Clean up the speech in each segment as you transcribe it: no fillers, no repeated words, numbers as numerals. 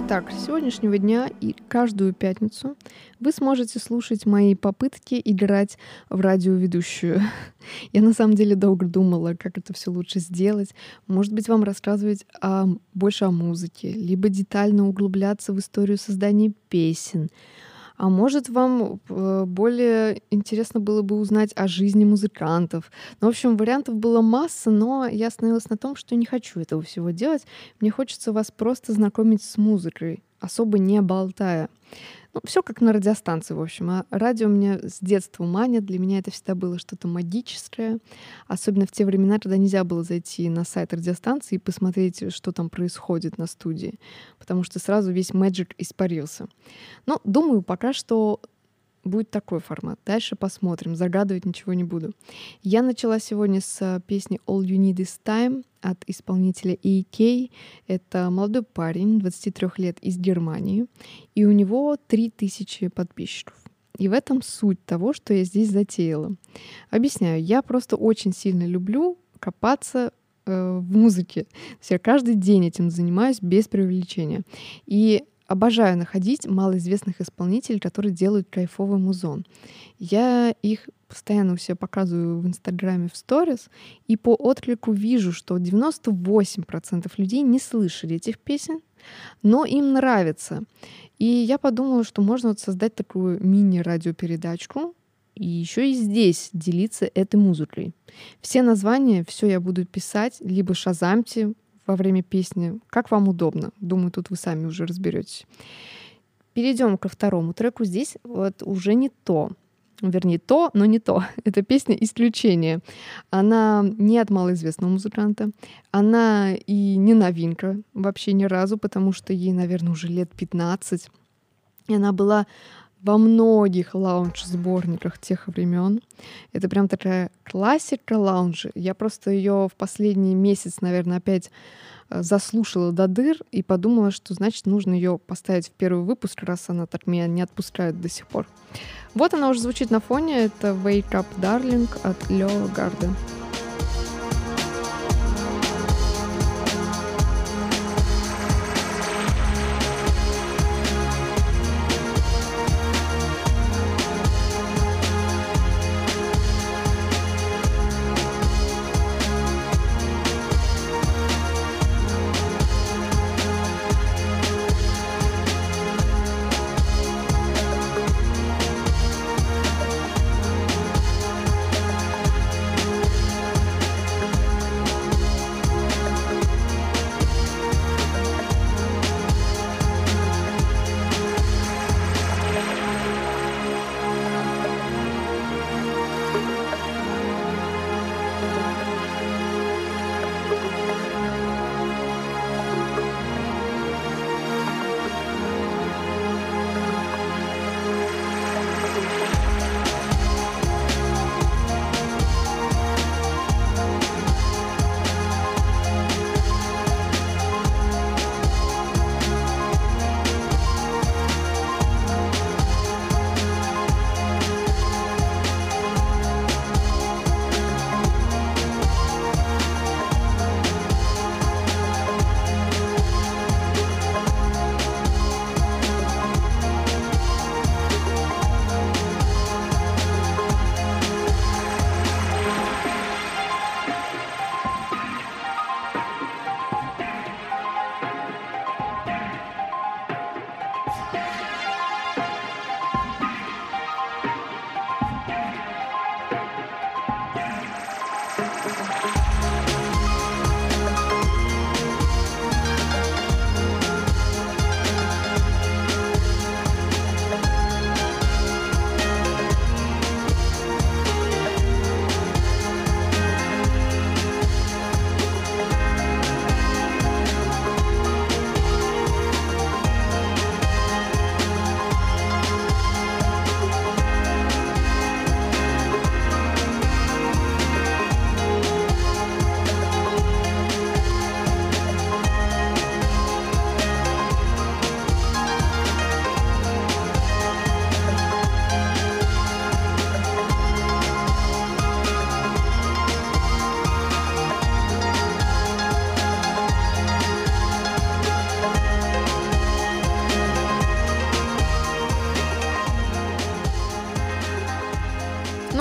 Итак, с сегодняшнего дня и каждую пятницу вы сможете слушать мои попытки играть в радиоведущую. Я на самом деле долго думала, как это все лучше сделать. Может быть, вам рассказывать больше о музыке, либо детально углубляться в историю создания песен. А может, вам более интересно было бы узнать о жизни музыкантов. Ну, в общем, вариантов было масса, но я остановилась на том, что не хочу этого всего делать. Мне хочется вас просто знакомить с музыкой, особо не болтая. Ну, все как на радиостанции, в общем. А радио меня с детства манит. Для меня это всегда было что-то магическое. Особенно в те времена, когда нельзя было зайти на сайт радиостанции и посмотреть, что там происходит на студии. Потому что сразу весь мэджик испарился. Но, думаю, пока что будет такой формат. Дальше посмотрим. Загадывать ничего не буду. Я начала сегодня с песни «All You Need Is Time» от исполнителя AK. Это молодой парень, 23 лет, из Германии. И у него 3000 подписчиков. И в этом суть того, что я здесь затеяла. Объясняю. Я просто очень сильно люблю копаться в музыке. То есть я каждый день этим занимаюсь без преувеличения. И обожаю находить малоизвестных исполнителей, которые делают кайфовый музон. Я их постоянно у себя показываю в Инстаграме в сторис, и по отклику вижу, что 98% людей не слышали этих песен, но им нравится. И я подумала, что можно создать такую мини-радиопередачку, и еще и здесь делиться этой музыкой. Все названия, все я буду писать, либо шазамьте во время песни, как вам удобно. Думаю, тут вы сами уже разберетесь. Перейдем ко второму треку. Здесь вот уже не то. Вернее, то, но не то. Это песня «Исключение». Она не от малоизвестного музыканта. Она и не новинка вообще ни разу, потому что ей, наверное, уже лет 15. И она была во многих лаунж-сборниках тех времен. Это прям такая классика лаунжа. Я просто ее в последний месяц, наверное, опять заслушала до дыр и подумала, что, значит, нужно ее поставить в первый выпуск, раз она так меня не отпускает до сих пор. Вот она уже звучит на фоне. Это «Wake Up, Darling» от Лео Гарда.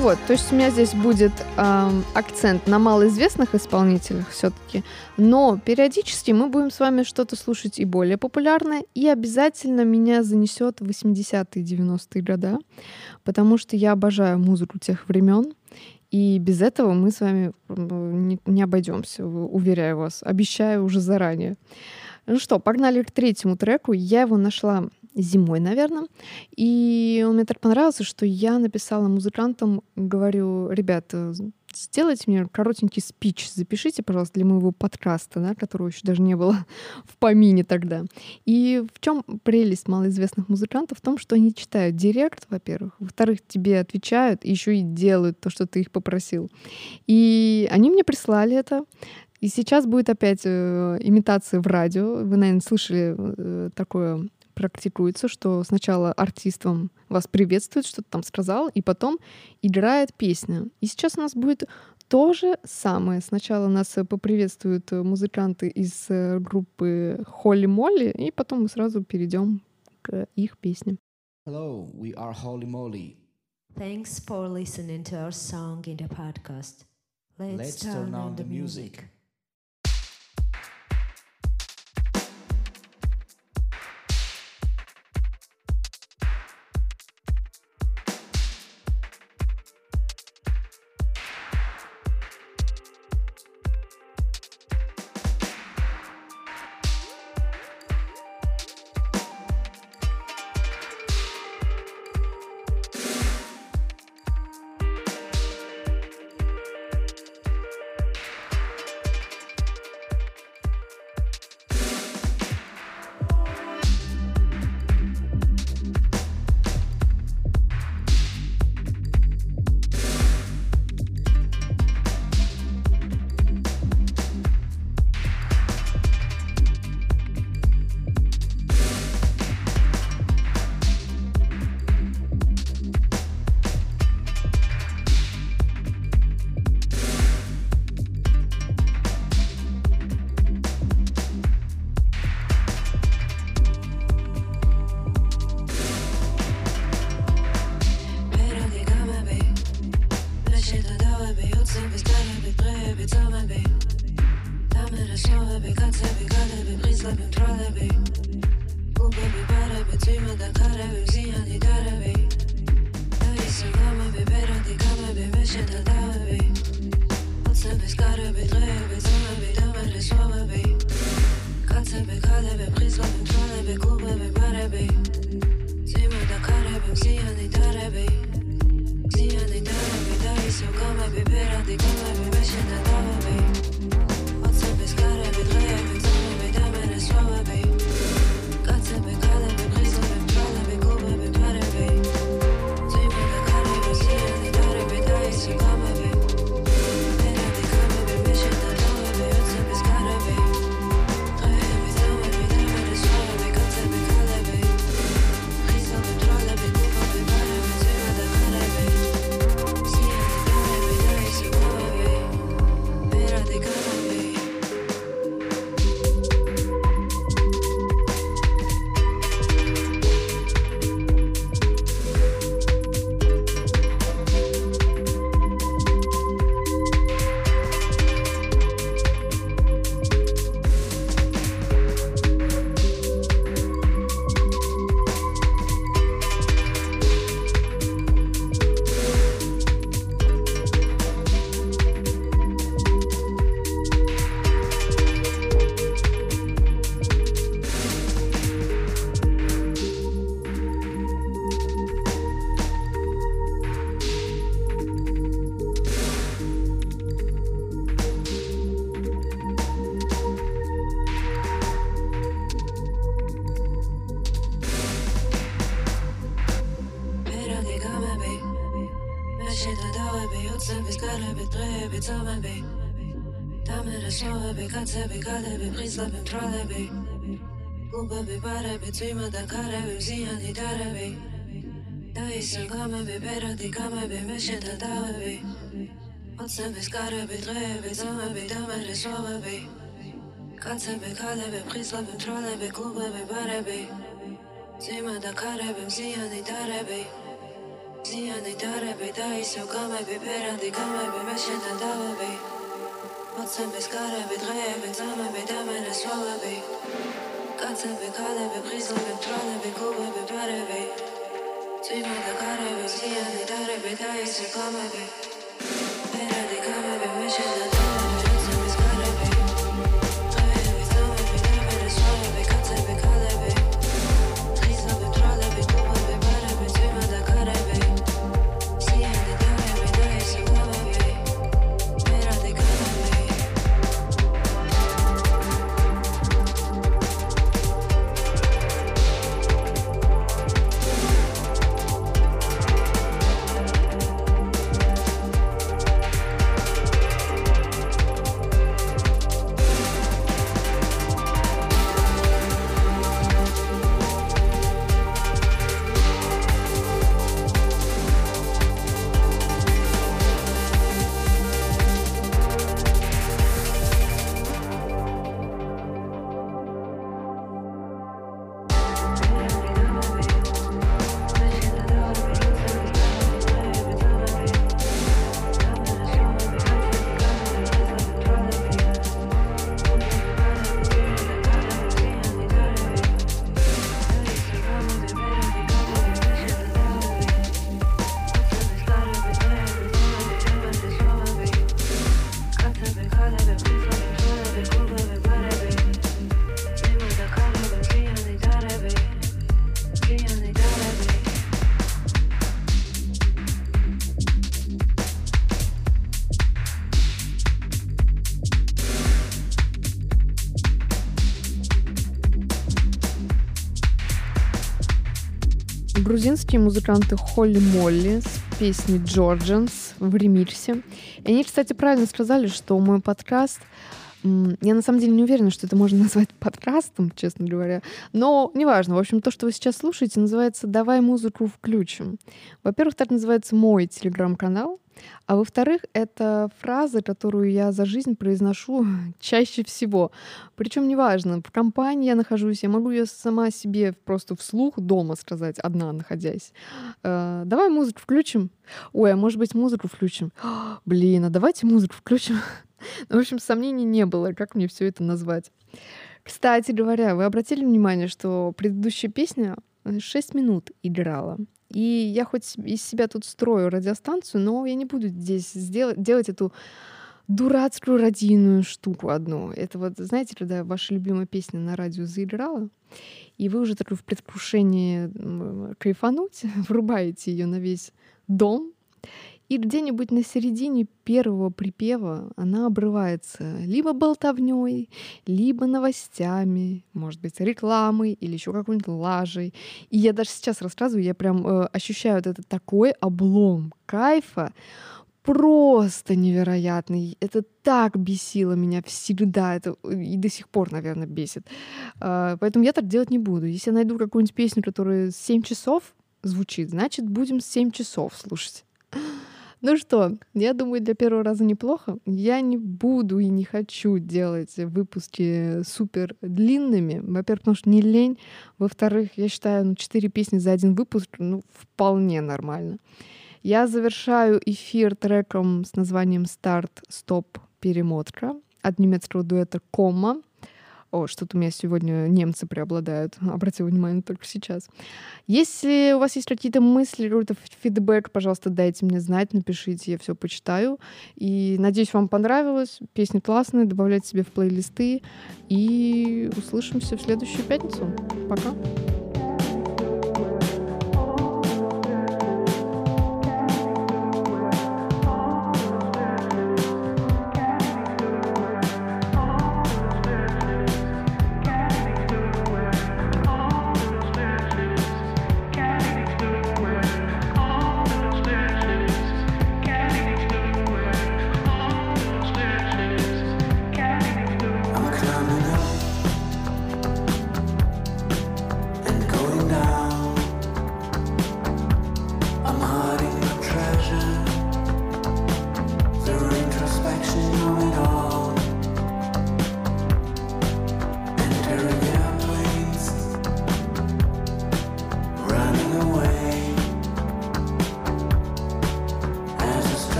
вот, то есть у меня здесь будет акцент на малоизвестных исполнителях все-таки, но периодически мы будем с вами что-то слушать и более популярное, и обязательно меня занесет в 80-е, 90-е года, потому что я обожаю музыку тех времен, и без этого мы с вами не обойдемся, уверяю вас, обещаю уже заранее. Ну что, погнали к третьему треку. Я его нашла зимой, наверное. И он мне так понравился, что я написала музыкантам, говорю: ребята, сделайте мне коротенький спич, запишите, пожалуйста, для моего подкаста, да, которого еще даже не было в помине тогда. И в чем прелесть малоизвестных музыкантов? В том, что они читают директ, во-первых, во-вторых, тебе отвечают, и еще и делают то, что ты их попросил. И они мне прислали это. И сейчас будет опять имитация в радио. Вы, наверное, слышали такое практикуется, что сначала артист вас приветствует, что-то там сказал, и потом играет песня. И сейчас у нас будет то же самое. Сначала нас поприветствуют музыканты из группы Холли Молли, и потом мы сразу перейдем к их песне. Hello, we are Holy Moly. Thanks for listening to our song in the podcast. Let's turn on the music. Ziani darbi, taisu kamebi, perandi kamebi, mešana davabi. Otsebi skarebi, drejebi, zamebi, damene svalebi. Katsebi, kalebi, prislabi, trolebi, kubebi, parebi. Zvimada karebi, ziani darbi, taisu kamebi. Perandi kamebi, mešana davabi. Otsebi skarebi, drejebi, zamebi, damene svalebi. Katsebi, kalebi, prislabi, trolebi, kubebi, parebi. Zvimada karebi. Грузинские музыканты Холли Молли с песней «Джорджанс» в ремиксе. И они, кстати, правильно сказали, что мой подкаст... Я на самом деле не уверена, что это можно назвать подкастом, честно говоря. Но неважно. В общем, то, что вы сейчас слушаете, называется «Давай музыку включим». Во-первых, так называется мой телеграм-канал. А во-вторых, это фраза, которую я за жизнь произношу чаще всего. Причем неважно, в компании я нахожусь, я могу ее сама себе просто вслух дома сказать, одна находясь. Давай музыку включим. Ой, а может быть, музыку включим? Блин, а давайте музыку включим. В общем, сомнений не было, как мне все это назвать. Кстати говоря, вы обратили внимание, что предыдущая песня 6 минут играла. И я хоть из себя тут строю радиостанцию, но я не буду здесь делать эту дурацкую радийную штуку одну. Это вот, знаете, когда ваша любимая песня на радио заиграла, и вы уже такой в предвкушении кайфануть, врубаете ее на весь дом, и где-нибудь на середине первого припева она обрывается либо болтовней, либо новостями, может быть, рекламой или еще какой-нибудь лажей. И я даже сейчас рассказываю, я прям ощущаю вот это такой облом кайфа, просто невероятный. Это так бесило меня всегда, это и до сих пор, наверное, бесит. Поэтому я так делать не буду. Если я найду какую-нибудь песню, которая 7 часов звучит, значит, будем 7 часов слушать. Ну что, я думаю, для первого раза неплохо. Я не буду и не хочу делать выпуски супер длинными. Во-первых, потому что не лень. Во-вторых, я считаю, 4 песни за один выпуск, вполне нормально. Я завершаю эфир треком с названием «Старт, стоп, перемотка» от немецкого дуэта «Комма». О, что-то у меня сегодня немцы преобладают. Обратила внимание только сейчас. Если у вас есть какие-то мысли, какой-то фидбэк, пожалуйста, дайте мне знать, напишите, я все почитаю. И надеюсь, вам понравилось. Песни классные, добавляйте себе в плейлисты. И услышимся в следующую пятницу. Пока.